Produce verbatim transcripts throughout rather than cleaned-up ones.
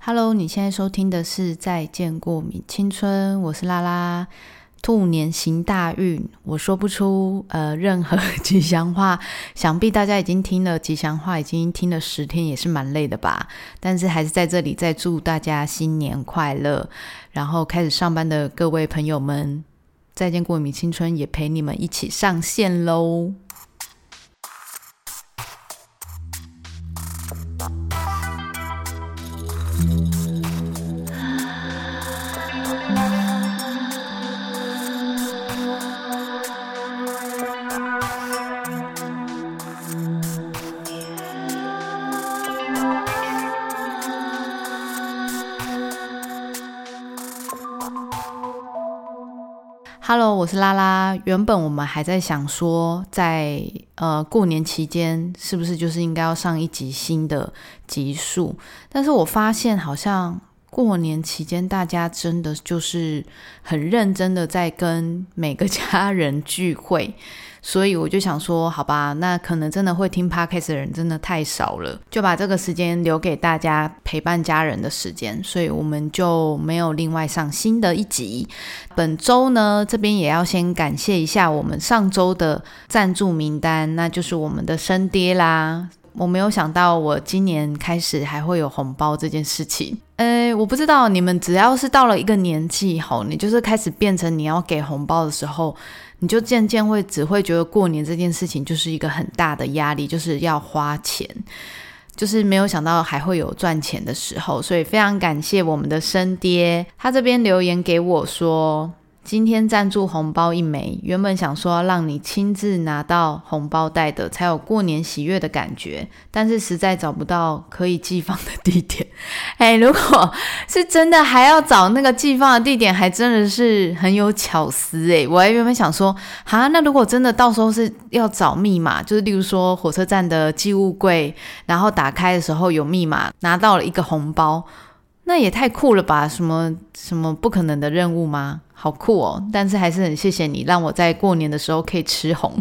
Hello， 你现在收听的是再见过敏青春，我是拉拉。兔年行大运，我说不出呃任何吉祥话，想必大家已经听了吉祥话，已经听了十天，也是蛮累的吧。但是还是在这里再祝大家新年快乐，然后开始上班的各位朋友们，再见过敏青春也陪你们一起上线咯。Hello， 我是拉拉。原本我们还在想说在呃过年期间是不是就是应该要上一集新的集数，但是我发现好像过年期间大家真的就是很认真的在跟每个家人聚会，所以我就想说好吧，那可能真的会听 Podcast 的人真的太少了，就把这个时间留给大家陪伴家人的时间，所以我们就没有另外上新的一集。本周呢，这边也要先感谢一下我们上周的赞助名单，那就是我们的生爹啦。我没有想到我今年开始还会有红包这件事情。呃，我不知道你们只要是到了一个年纪吼，你就是开始变成你要给红包的时候，你就渐渐会只会觉得过年这件事情就是一个很大的压力，就是要花钱，就是没有想到还会有赚钱的时候，所以非常感谢我们的生爹，他这边留言给我说，今天赞助红包一枚，原本想说要让你亲自拿到红包袋的才有过年喜悦的感觉，但是实在找不到可以寄放的地点。哎，如果是真的还要找那个寄放的地点，还真的是很有巧思哎。我还原本想说哈，那如果真的到时候是要找密码，就是例如说火车站的寄物柜，然后打开的时候有密码，拿到了一个红包，那也太酷了吧，什么什么不可能的任务吗？好酷哦，但是还是很谢谢你让我在过年的时候可以吃红。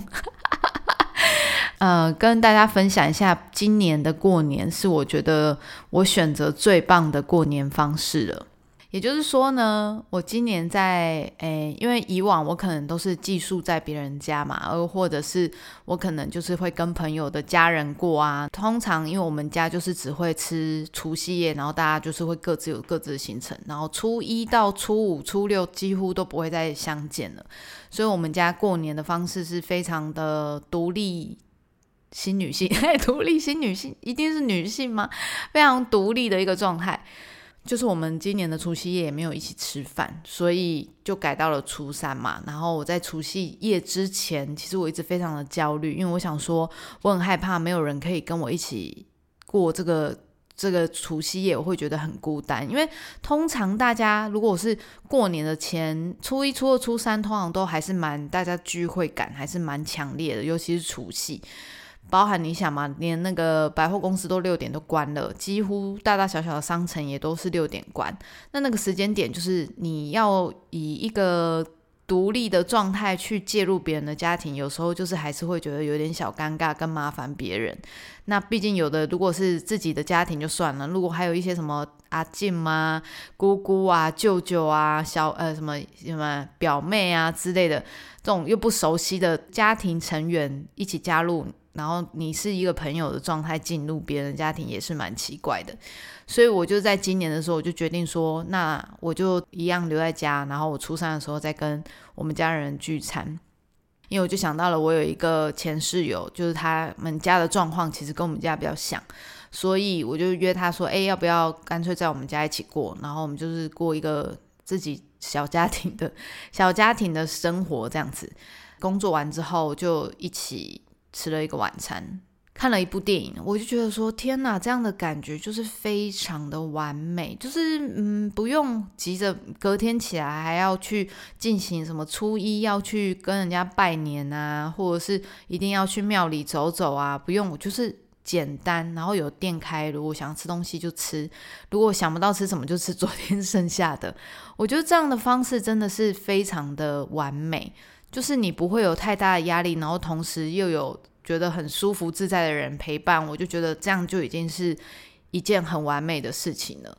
呃，跟大家分享一下，今年的过年是我觉得我选择最棒的过年方式了。也就是说呢，我今年在诶，因为以往我可能都是寄宿在别人家嘛，而或者是我可能就是会跟朋友的家人过啊。通常因为我们家就是只会吃除夕夜，然后大家就是会各自有各自的行程，然后初一到初五、初六几乎都不会再相见了，所以我们家过年的方式是非常的独立新女性，独立新女性一定是女性吗？非常独立的一个状态。就是我们今年的除夕夜也没有一起吃饭，所以就改到了初三嘛。然后我在除夕夜之前，其实我一直非常的焦虑，因为我想说我很害怕没有人可以跟我一起过这个这个除夕夜，我会觉得很孤单。因为通常大家如果是过年的前初一、初二、初三，通常都还是蛮大家聚会感还是蛮强烈的，尤其是除夕。包含你想嘛，连那个百货公司都六点都关了，几乎大大小小的商城也都是六点关。那那个时间点就是你要以一个独立的状态去介入别人的家庭，有时候就是还是会觉得有点小尴尬跟麻烦别人。那毕竟有的如果是自己的家庭就算了，如果还有一些什么阿静啊、姑姑啊、舅舅啊、小呃什么什么表妹啊之类的，这种又不熟悉的家庭成员一起加入，然后你是一个朋友的状态进入别人的家庭也是蛮奇怪的。所以我就在今年的时候我就决定说，那我就一样留在家，然后我初三的时候再跟我们家人聚餐。因为我就想到了我有一个前室友，就是他们家的状况其实跟我们家比较像，所以我就约他说，哎，要不要干脆在我们家一起过，然后我们就是过一个自己小家庭的小家庭的生活这样子。工作完之后就一起吃了一个晚餐，看了一部电影，我就觉得说天哪，这样的感觉就是非常的完美，就是嗯，不用急着隔天起来还要去进行什么初一要去跟人家拜年啊，或者是一定要去庙里走走啊，不用，我就是简单，然后有店开，如果想吃东西就吃，如果想不到吃什么就吃昨天剩下的。我觉得这样的方式真的是非常的完美，就是你不会有太大的压力，然后同时又有觉得很舒服自在的人陪伴，我就觉得这样就已经是一件很完美的事情了。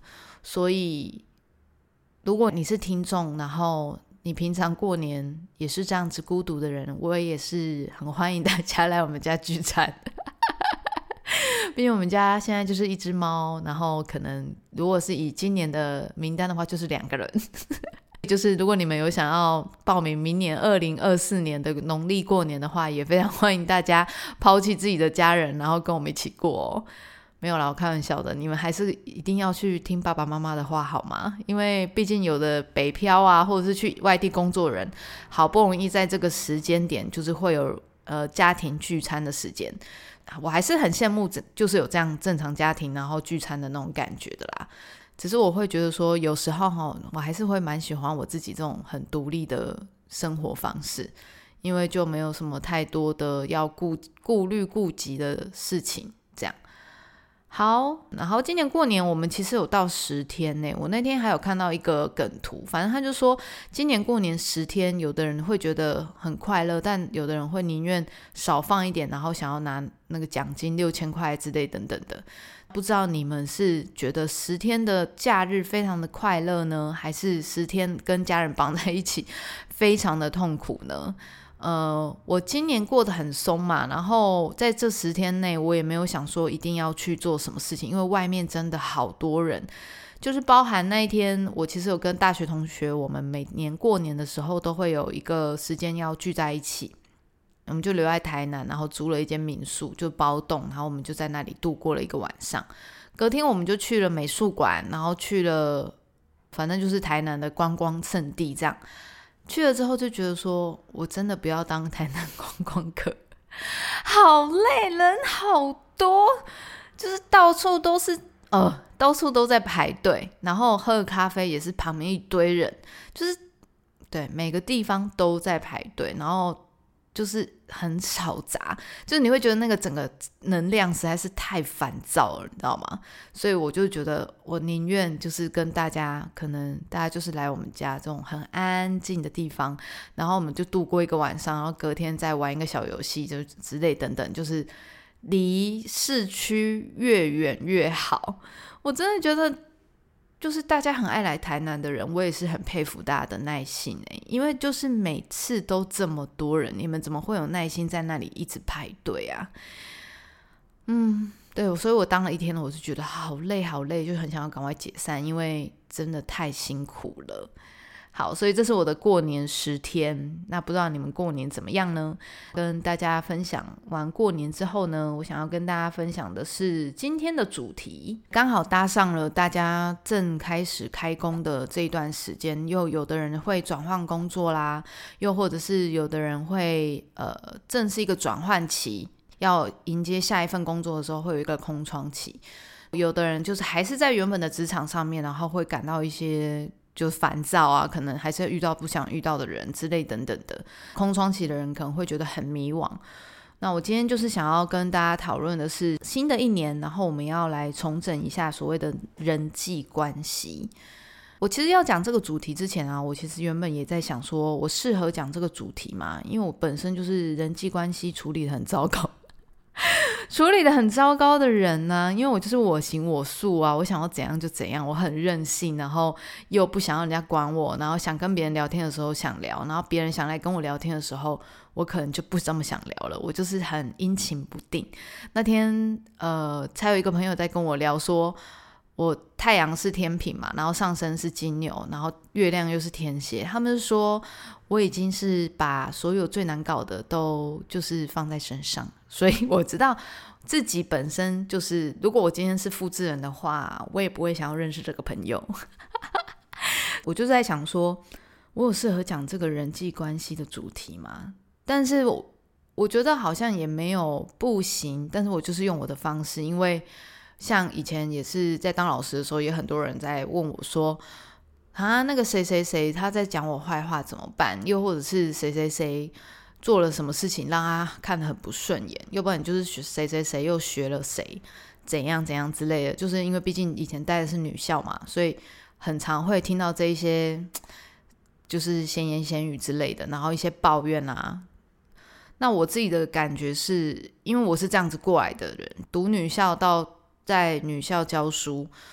所以如果你是听众，然后你平常过年也是这样子孤独的人，我也是很欢迎大家来我们家聚餐毕竟我们家现在就是一只猫，然后可能如果是以今年的名单的话就是两个人就是如果你们有想要报名明年二零二四年的农历过年的话，也非常欢迎大家抛弃自己的家人，然后跟我们一起过哦。没有啦，我开玩笑的，你们还是一定要去听爸爸妈妈的话好吗？因为毕竟有的北漂啊，或者是去外地工作人，好不容易在这个时间点就是会有呃家庭聚餐的时间，我还是很羡慕就是有这样正常家庭然后聚餐的那种感觉的啦。只是我会觉得说有时候我还是会蛮喜欢我自己这种很独立的生活方式，因为就没有什么太多的要顾顾虑顾及的事情这样。好，然后今年过年我们其实有到十天呢。我那天还有看到一个梗图，反正他就说今年过年十天，有的人会觉得很快乐，但有的人会宁愿少放一点，然后想要拿那个奖金六千块之类等等的。不知道你们是觉得十天的假日非常的快乐呢，还是十天跟家人绑在一起非常的痛苦呢？呃，我今年过得很松嘛，然后在这十天内我也没有想说一定要去做什么事情，因为外面真的好多人，就是包含那一天我其实有跟大学同学，我们每年过年的时候都会有一个时间要聚在一起，我们就留在台南，然后租了一间民宿就包栋，然后我们就在那里度过了一个晚上。隔天我们就去了美术馆，然后去了反正就是台南的观光胜地这样。去了之后就觉得说我真的不要当台南观光客，好累，人好多，就是到处都是呃，到处都在排队，然后喝咖啡也是旁边一堆人，就是对每个地方都在排队，然后就是很吵杂，就是你会觉得那个整个能量实在是太烦躁了，你知道吗？所以我就觉得我宁愿就是跟大家，可能大家就是来我们家这种很安静的地方，然后我们就度过一个晚上，然后隔天再玩一个小游戏就之类等等，就是离市区越远越好。我真的觉得就是大家很爱来台南的人，我也是很佩服大家的耐心、欸、因为就是每次都这么多人，你们怎么会有耐心在那里一直排队啊？嗯，对，所以我当了一天了，我是觉得好累好累，就很想要赶快解散，因为真的太辛苦了。好，所以这是我的过年十天，那不知道你们过年怎么样呢？跟大家分享完过年之后呢，我想要跟大家分享的是今天的主题，刚好搭上了大家正开始开工的这一段时间，又有的人会转换工作啦，又或者是有的人会呃正是一个转换期，要迎接下一份工作的时候会有一个空窗期，有的人就是还是在原本的职场上面，然后会感到一些就是烦躁啊，可能还是遇到不想遇到的人之类等等的，空窗期的人可能会觉得很迷惘。那我今天就是想要跟大家讨论的是新的一年，然后我们要来重整一下所谓的人际关系。我其实要讲这个主题之前啊，我其实原本也在想说我适合讲这个主题嘛，因为我本身就是人际关系处理得很糟糕处理的很糟糕的人呢、啊，因为我就是我行我素啊，我想要怎样就怎样，我很任性，然后又不想要人家管我，然后想跟别人聊天的时候想聊，然后别人想来跟我聊天的时候，我可能就不这么想聊了，我就是很阴晴不定。那天呃，才有一个朋友在跟我聊说，我太阳是天秤嘛，然后上升是金牛，然后月亮又是天蝎，他们说我已经是把所有最难搞的都就是放在身上，所以我知道自己本身就是如果我今天是复制人的话，我也不会想要认识这个朋友我就在想说我有适合讲这个人际关系的主题吗？但是我我觉得好像也没有不行，但是我就是用我的方式，因为像以前也是在当老师的时候，也很多人在问我说啊，那个谁谁谁他在讲我坏话怎么办？又或者是谁谁谁做了什么事情让他看得很不顺眼，要不然就是谁谁谁又学了谁怎样怎样之类的，就是因为毕竟以前待的是女校嘛，所以很常会听到这一些就是闲言闲语之类的，然后一些抱怨啊。那我自己的感觉是，因为我是这样子过来的人，读女校到在女校教书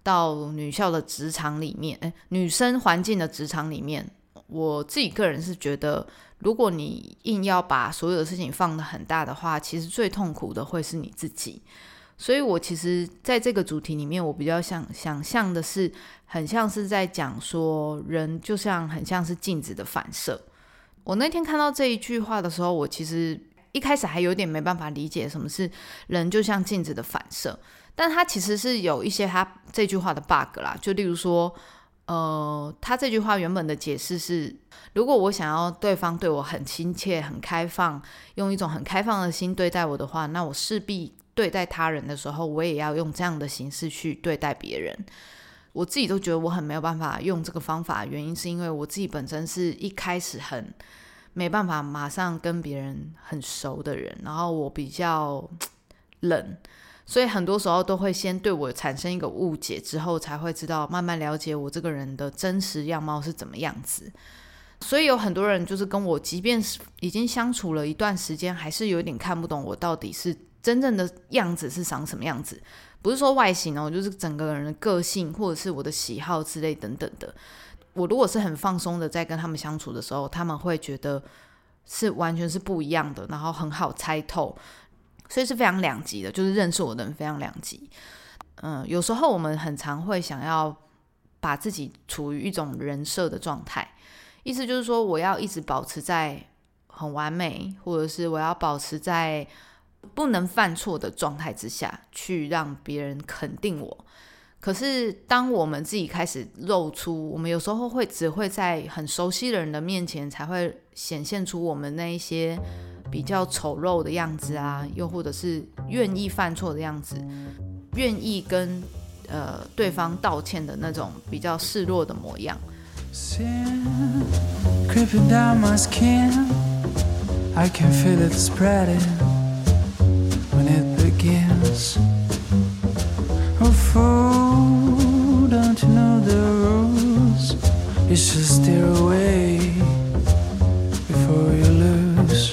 到女校的职场里面，诶女生环境的职场里面，我自己个人是觉得，如果你硬要把所有的事情放得很大的话，其实最痛苦的会是你自己。所以我其实在这个主题里面，我比较想想象的是，很像是在讲说，人就像很像是镜子的反射。我那天看到这一句话的时候，我其实一开始还有点没办法理解什么是人就像镜子的反射，但它其实是有一些它这句话的 bug 啦，就例如说呃，他这句话原本的解释是，如果我想要对方对我很亲切很开放，用一种很开放的心对待我的话，那我势必对待他人的时候，我也要用这样的形式去对待别人。我自己都觉得我很没有办法用这个方法，原因是因为我自己本身是一开始很没办法马上跟别人很熟的人，然后我比较冷，所以很多时候都会先对我产生一个误解，之后才会知道慢慢了解我这个人的真实样貌是怎么样子。所以有很多人就是跟我即便是已经相处了一段时间，还是有点看不懂我到底是真正的样子是长什么样子，不是说外形哦，就是整个人的个性或者是我的喜好之类等等的。我如果是很放松的在跟他们相处的时候，他们会觉得是完全是不一样的，然后很好猜透，所以是非常两极的，就是认识我的人非常两极。嗯，有时候我们很常会想要把自己处于一种人设的状态，意思就是说我要一直保持在很完美，或者是我要保持在不能犯错的状态之下去让别人肯定我。可是当我们自己开始露出，我们有时候会只会在很熟悉的人的面前才会显现出我们那一些比较丑陋的样子啊，又或者是愿意犯错的样子，愿意跟呃对方道歉的那种比较示弱的模样。 Creeping down my skin, I can feel it spreading when it begins. Oh fool, don't you know the rules? You should steer away before you lose.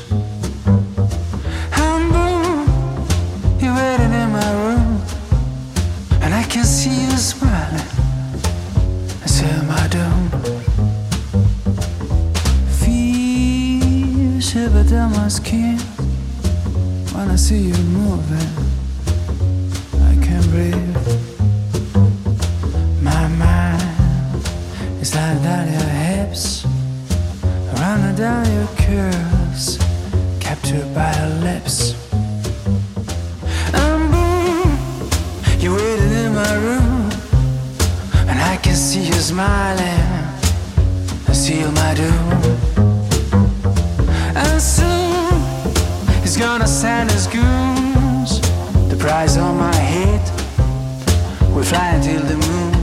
And boom, you're waiting in my room, and I can see you smiling and seal my doom. Feel shiver down my skin when I see you moving. I can't breathe. My mind is lying down your hips, running down your curves, captured by your lips. And boom, you're waiting in my room, and I can see you smiling and seal my doom. And soon he's gonna send his goons. The price on my head, we're flying till the moon.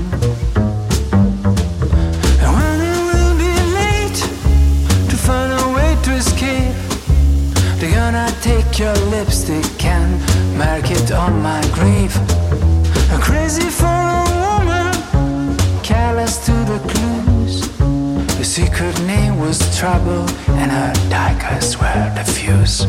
And when it will be late to find a way to escape, they're gonna take your lipstick and mark it on my grave. I'm crazy for a woman, callous to the clues. Her secret name was Trouble, and her darkest were the fuse.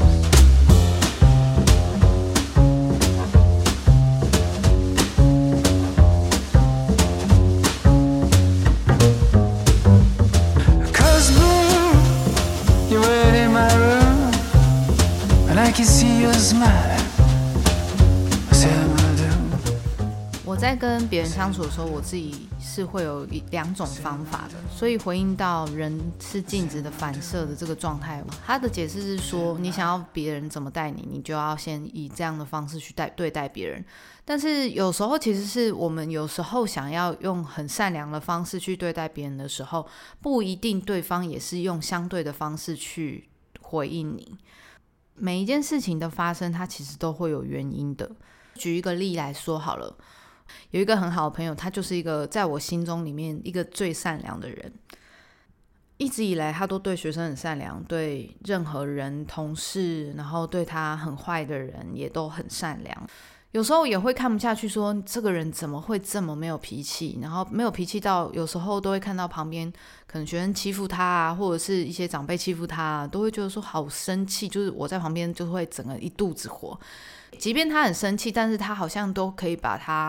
Cause boom, you're waiting in my room, and I can see you smiling. Say my doom. 我在跟别人相处的时候，我自己是会有两种方法的，所以回应到人是镜子的反射的这个状态，他的解释是说，你想要别人怎么待你，你就要先以这样的方式去待对待别人。但是有时候其实是我们有时候想要用很善良的方式去对待别人的时候，不一定对方也是用相对的方式去回应你。每一件事情的发生，它其实都会有原因的。举一个例来说好了，有一个很好的朋友，他就是一个在我心中里面一个最善良的人，一直以来他都对学生很善良，对任何人同事，然后对他很坏的人也都很善良。有时候也会看不下去，说这个人怎么会这么没有脾气，然后没有脾气到有时候都会看到旁边可能学生欺负他啊，或者是一些长辈欺负他啊，都会觉得说好生气，就是我在旁边就会整个一肚子火。即便他很生气，但是他好像都可以把他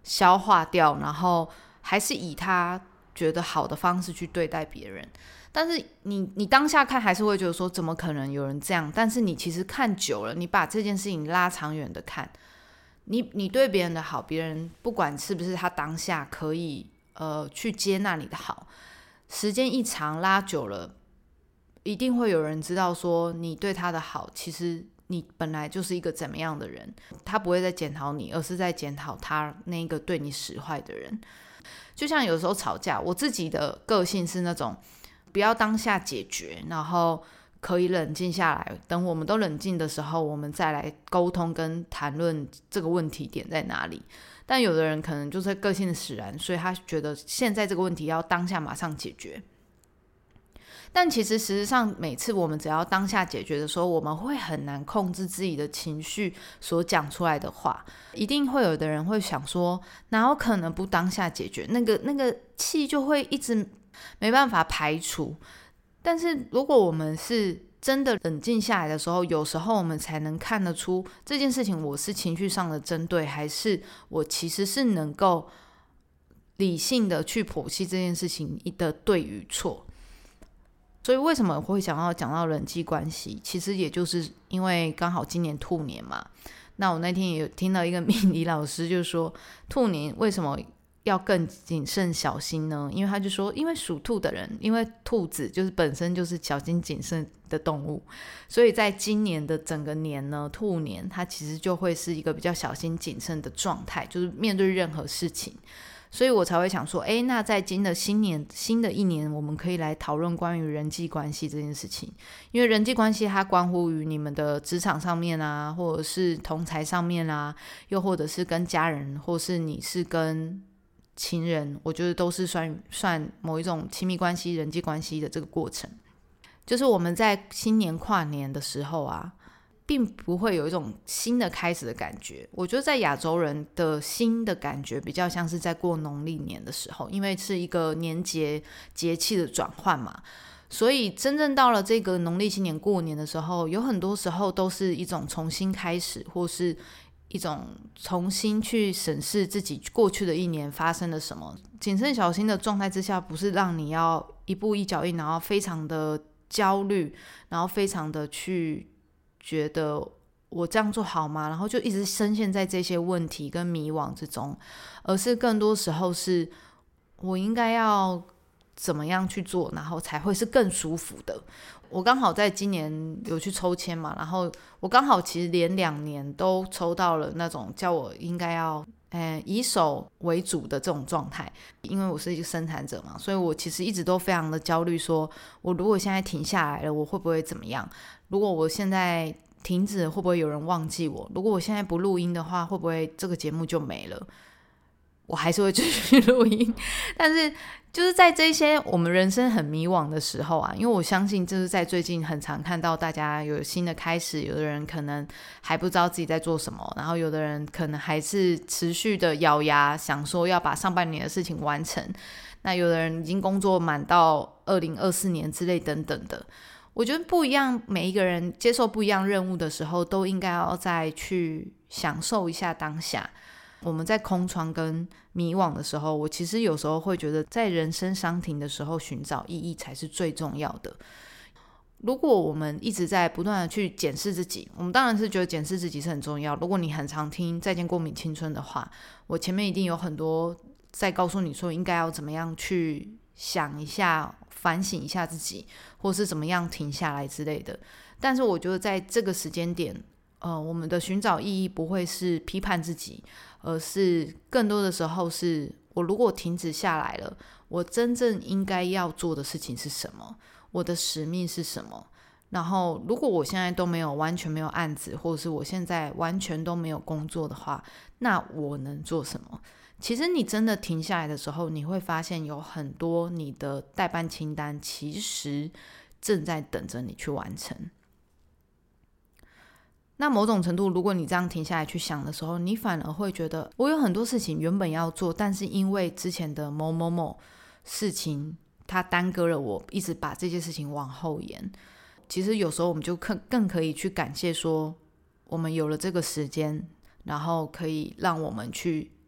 消化掉，然后还是以他觉得好的方式去对待别人。但是你你当下看还是会觉得说怎么可能有人这样，但是你其实看久了，你把这件事情拉长远的看，你你对别人的好，别人不管是不是他当下可以呃去接纳你的好，时间一长拉久了，一定会有人知道说你对他的好，其实你本来就是一个怎么样的人，他不会再检讨你，而是在检讨他那个对你使坏的人。就像有时候吵架，我自己的个性是那种不要当下解决，然后可以冷静下来，等我们都冷静的时候，我们再来沟通跟谈论这个问题点在哪里。但有的人可能就是个性使然，所以他觉得现在这个问题要当下马上解决。但其实实际上每次我们只要当下解决的时候，我们会很难控制自己的情绪所讲出来的话。一定会有的人会想说，哪有可能不当下解决，那个那个气就会一直没办法排除。但是如果我们是真的冷静下来的时候，有时候我们才能看得出这件事情我是情绪上的针对，还是我其实是能够理性的去剖析这件事情的对与错。所以为什么我会想要讲到人际关系，其实也就是因为刚好今年兔年嘛。那我那天也有听到一个命理老师就说，兔年为什么要更谨慎小心呢？因为他就说，因为属兔的人，因为兔子就是本身就是小心谨慎的动物，所以在今年的整个年呢，兔年它其实就会是一个比较小心谨慎的状态，就是面对任何事情。所以我才会想说，诶，那在今的新年新的一年，我们可以来讨论关于人际关系这件事情。因为人际关系它关乎于你们的职场上面啊，或者是同侪上面啊，又或者是跟家人，或是你是跟亲人，我觉得都是算算某一种亲密关系、人际关系的这个过程。就是我们在新年跨年的时候啊，并不会有一种新的开始的感觉。我觉得在亚洲人的新的感觉比较像是在过农历年的时候，因为是一个年节节气的转换嘛，所以真正到了这个农历新年过年的时候，有很多时候都是一种重新开始，或是一种重新去审视自己过去的一年发生了什么。谨慎小心的状态之下，不是让你要一步一脚印，然后非常的焦虑，然后非常的去觉得我这样做好吗？然后就一直深陷在这些问题跟迷惘之中，而是更多时候是我应该要怎么样去做，然后才会是更舒服的。我刚好在今年有去抽签嘛，然后我刚好其实连两年都抽到了那种叫我应该要呃以守为主的这种状态。因为我是一个生产者嘛，所以我其实一直都非常的焦虑，说我如果现在停下来了，我会不会怎么样？如果我现在停止，会不会有人忘记我？如果我现在不录音的话，会不会这个节目就没了？我还是会继续录音。但是就是在这些我们人生很迷惘的时候啊，因为我相信就是在最近很常看到大家有新的开始，有的人可能还不知道自己在做什么，然后有的人可能还是持续的咬牙想说要把上半年的事情完成，那有的人已经工作满到二零二四年之类等等的。我觉得不一样，每一个人接受不一样任务的时候，都应该要再去享受一下当下。我们在空窗跟迷惘的时候，我其实有时候会觉得在人生伤停的时候寻找意义才是最重要的。如果我们一直在不断的去检视自己，我们当然是觉得检视自己是很重要。如果你很常听再见过敏青春的话，我前面一定有很多在告诉你说应该要怎么样去想一下，反省一下自己，或是怎么样停下来之类的。但是我觉得在这个时间点呃，我们的寻找意义不会是批判自己，而是更多的时候是我如果停止下来了，我真正应该要做的事情是什么，我的使命是什么。然后如果我现在都没有完全没有案子，或者是我现在完全都没有工作的话，那我能做什么？其实你真的停下来的时候，你会发现有很多你的待办清单其实正在等着你去完成。那某种程度，如果你这样停下来去想的时候，你反而会觉得我有很多事情原本要做，但是因为之前的某某某事情它耽搁了我，一直把这些事情往后延。其实有时候我们就更更可以去感谢说我们有了这个时间，然后可以让我们去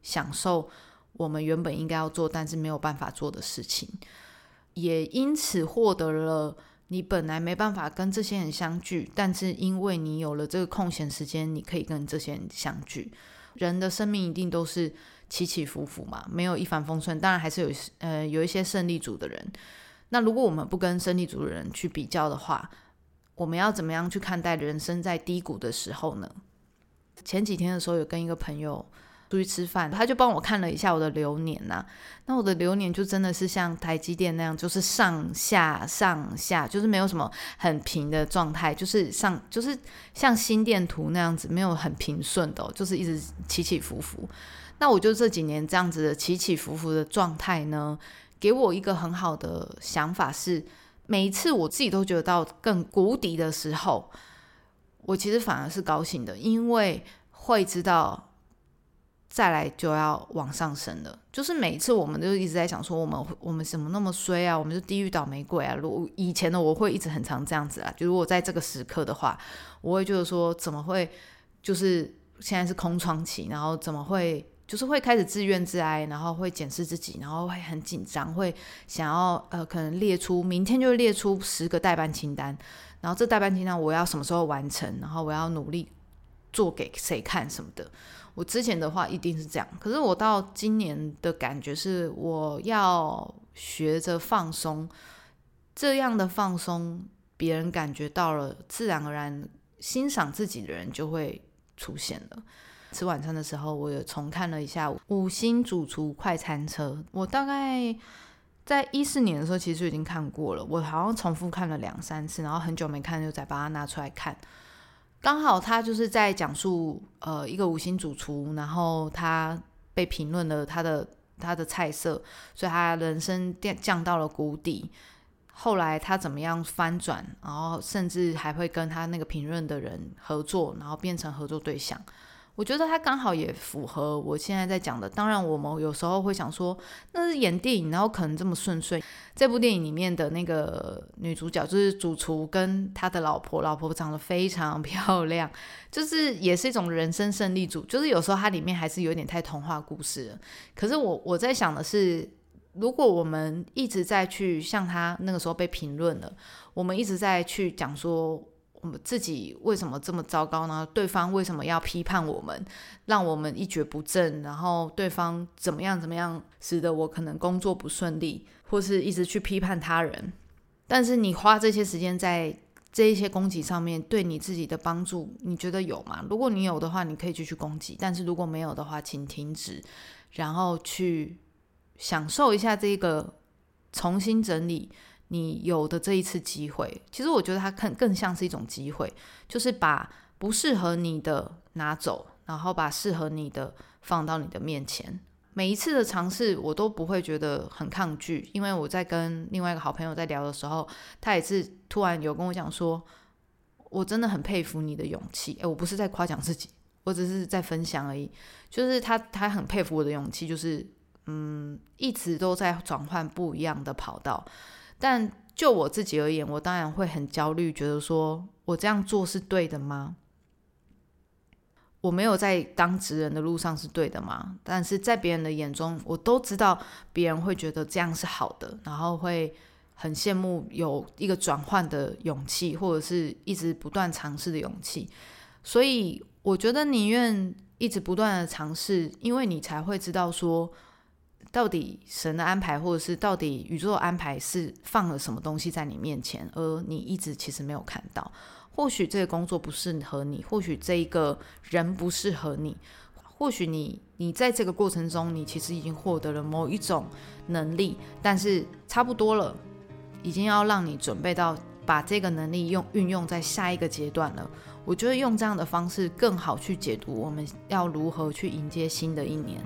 享受我们原本应该要做但是没有办法做的事情，也因此获得了你本来没办法跟这些人相聚，但是因为你有了这个空闲时间，你可以跟这些人相聚。人的生命一定都是起起伏伏嘛，没有一帆风顺，当然还是有呃有一些胜利组的人。那如果我们不跟胜利组的人去比较的话，我们要怎么样去看待人生在低谷的时候呢？前几天的时候有跟一个朋友出去吃饭，他就帮我看了一下我的流年啊，那我的流年就真的是像台积电那样，就是上下上下，就是没有什么很平的状态，就是上就是像心电图那样子，没有很平顺的、哦、就是一直起起伏伏。那我就这几年这样子的起起伏伏的状态呢，给我一个很好的想法是，每一次我自己都觉得到更谷底的时候，我其实反而是高兴的，因为会知道再来就要往上升了。就是每一次我们就一直在想说我们我们怎么那么衰啊，我们就地狱倒霉鬼啊。以前的我会一直很常这样子啊，就如果在这个时刻的话，我会觉得说怎么会就是现在是空窗期，然后怎么会就是会开始自怨自哀，然后会检视自己，然后会很紧张，会想要呃可能列出明天就列出十个代办清单，然后这代办清单我要什么时候完成，然后我要努力做给谁看什么的。我之前的话一定是这样，可是我到今年的感觉是我要学着放松，这样的放松别人感觉到了，自然而然欣赏自己的人就会出现了。吃晚餐的时候我有重看了一下五星主厨快餐车，我大概在一四年的时候其实就已经看过了，我好像重复看了两三次，然后很久没看就再把它拿出来看。刚好他就是在讲述呃一个五星主厨，然后他被评论了他的他的菜色，所以他人生降到了谷底，后来他怎么样翻转，然后甚至还会跟他那个评论的人合作，然后变成合作对象。我觉得他刚好也符合我现在在讲的。当然我们有时候会想说那是演电影，然后可能这么顺遂。这部电影里面的那个女主角就是主厨跟他的老婆，老婆长得非常漂亮，就是也是一种人生胜利组，就是有时候它里面还是有点太童话故事了。可是我我在想的是，如果我们一直在去像他那个时候被评论了，我们一直在去讲说我们自己为什么这么糟糕呢？对方为什么要批判我们，让我们一蹶不振？然后对方怎么样怎么样，使得我可能工作不顺利，或是一直去批判他人。但是你花这些时间在这一些攻击上面，对你自己的帮助，你觉得有吗？如果你有的话，你可以继续攻击；但是如果没有的话，请停止，然后去享受一下这个重新整理你有的这一次机会。其实我觉得它更更像是一种机会，就是把不适合你的拿走，然后把适合你的放到你的面前。每一次的尝试我都不会觉得很抗拒，因为我在跟另外一个好朋友在聊的时候，他也是突然有跟我讲说，我真的很佩服你的勇气。诶，我不是在夸奖自己，我只是在分享而已。就是他他很佩服我的勇气，就是嗯，一直都在转换不一样的跑道。但就我自己而言，我当然会很焦虑，觉得说我这样做是对的吗？我没有在当职人的路上是对的吗？但是在别人的眼中，我都知道别人会觉得这样是好的，然后会很羡慕有一个转换的勇气，或者是一直不断尝试的勇气。所以我觉得宁愿一直不断的尝试，因为你才会知道说到底神的安排，或者是到底宇宙的安排是放了什么东西在你面前，而你一直其实没有看到。或许这个工作不适合你，或许这一个人不适合你，或许你你在这个过程中你其实已经获得了某一种能力，但是差不多了，已经要让你准备到把这个能力用运用在下一个阶段了。我觉得用这样的方式更好去解读我们要如何去迎接新的一年。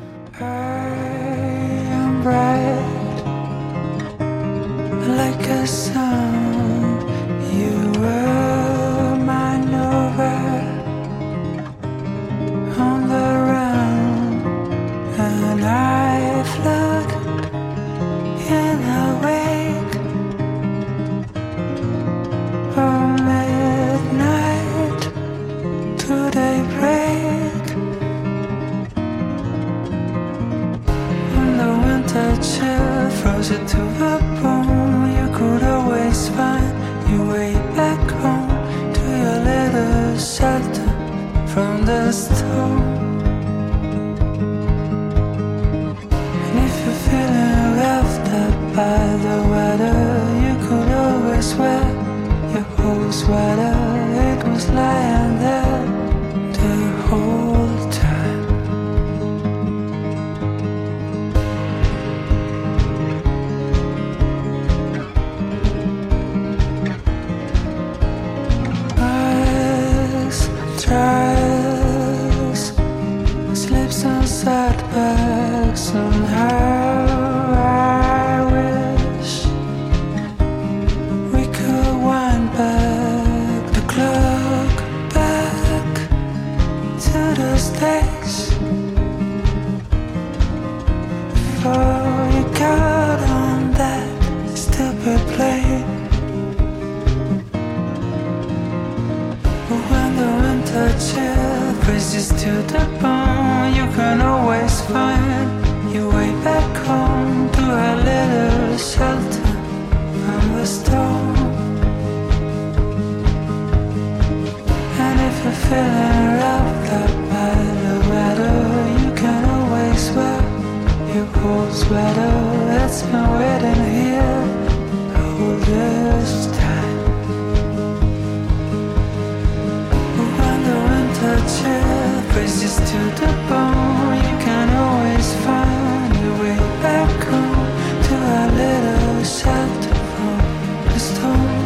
I am bright like a sun. You were my nova on the run, and I float in a wake from midnight to daybreak. winter chill froze you to the bone. You could always find your way back home to your little shelter from the storm. And if you're feeling roughed up by the weather, you could always wear your whole sweater. It was lying there the whole time. Rise, tries, slips and setbacks somehow. I wish we could wind back the clock back to those days before you got on that stupid plane. But when the winter chill freezes to the bone, you can always find your way back home to a little shelter from the storm. And if you're feeling roughed up by the weather, you can always wear your whole sweater. It's been waiting here all this time. But when the winter chill freezes to the bone, you can always find your way back home to a little shelter from the storm.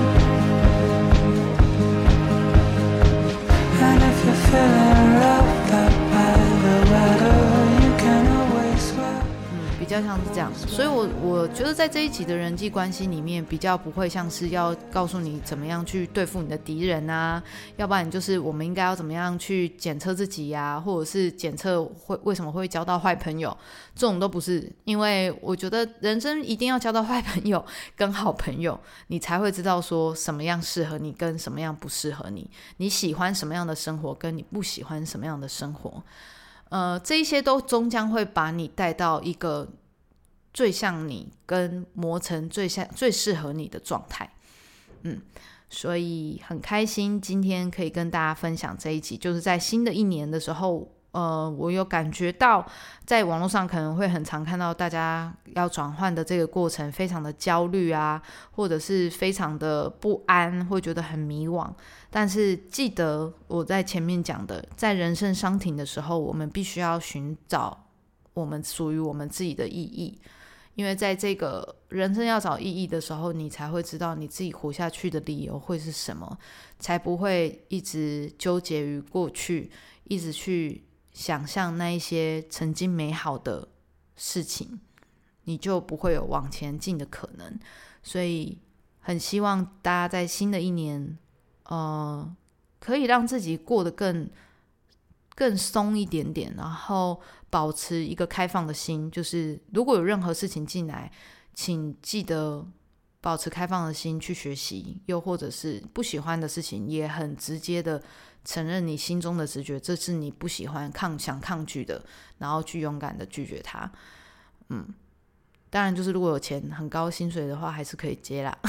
And if you're feeling roughed up by the weather, you can always wear 比较像是这样，所以我我觉得在这一集的人际关系里面，比较不会像是要告诉你怎么样去对付你的敌人啊，要不然就是我们应该要怎么样去检测自己呀、啊，或者是检测会为什么会交到坏朋友，这种都不是。因为我觉得人生一定要交到坏朋友跟好朋友，你才会知道说什么样适合你跟什么样不适合你，你喜欢什么样的生活跟你不喜欢什么样的生活。呃，这一些都终将会把你带到一个最像你跟磨成最像最适合你的状态。嗯，所以很开心今天可以跟大家分享这一集，就是在新的一年的时候，呃，我有感觉到在网络上可能会很常看到大家要转换的这个过程非常的焦虑啊，或者是非常的不安，会觉得很迷惘。但是记得我在前面讲的，在人生伤停的时候，我们必须要寻找我们属于我们自己的意义。因为在这个人生要找意义的时候，你才会知道你自己活下去的理由会是什么，才不会一直纠结于过去，一直去想象那一些曾经美好的事情，你就不会有往前进的可能。所以很希望大家在新的一年呃，可以让自己过得更更松一点点，然后保持一个开放的心，就是如果有任何事情进来，请记得保持开放的心去学习，又或者是不喜欢的事情也很直接的承认你心中的直觉，这是你不喜欢抗想抗拒的，然后去勇敢的拒绝它。嗯，当然就是如果有钱很高薪水的话还是可以接啦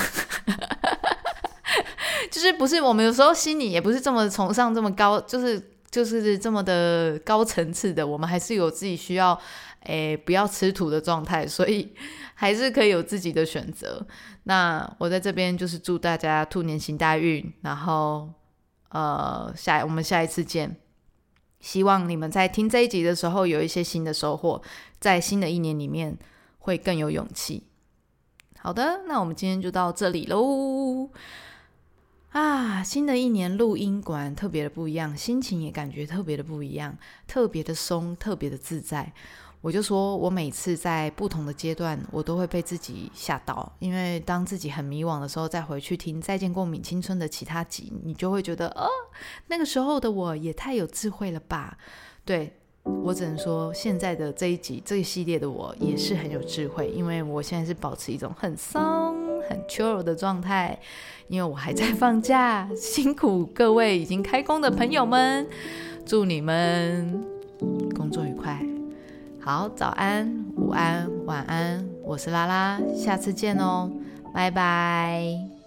就是不是我们有时候心里也不是这么崇尚这么高，就是就是这么的高层次的，我们还是有自己需要诶不要吃土的状态，所以还是可以有自己的选择。那我在这边就是祝大家兔年行大运，然后呃下我们下一次见。希望你们在听这一集的时候有一些新的收获，在新的一年里面会更有勇气。好的，那我们今天就到这里咯。啊，新的一年录音果然特别的不一样，心情也感觉特别的不一样，特别的松，特别的自在。我就说我每次在不同的阶段我都会被自己吓到，因为当自己很迷惘的时候再回去听再见过敏青春的其他集，你就会觉得哦，那个时候的我也太有智慧了吧。对，我只能说现在的这一集这一系列的我也是很有智慧，因为我现在是保持一种很松很 chill 的状态，因为我还在放假，辛苦各位已经开工的朋友们，祝你们工作愉快。好，早安、午安、晚晚安，我是拉拉，下次见哦，拜拜。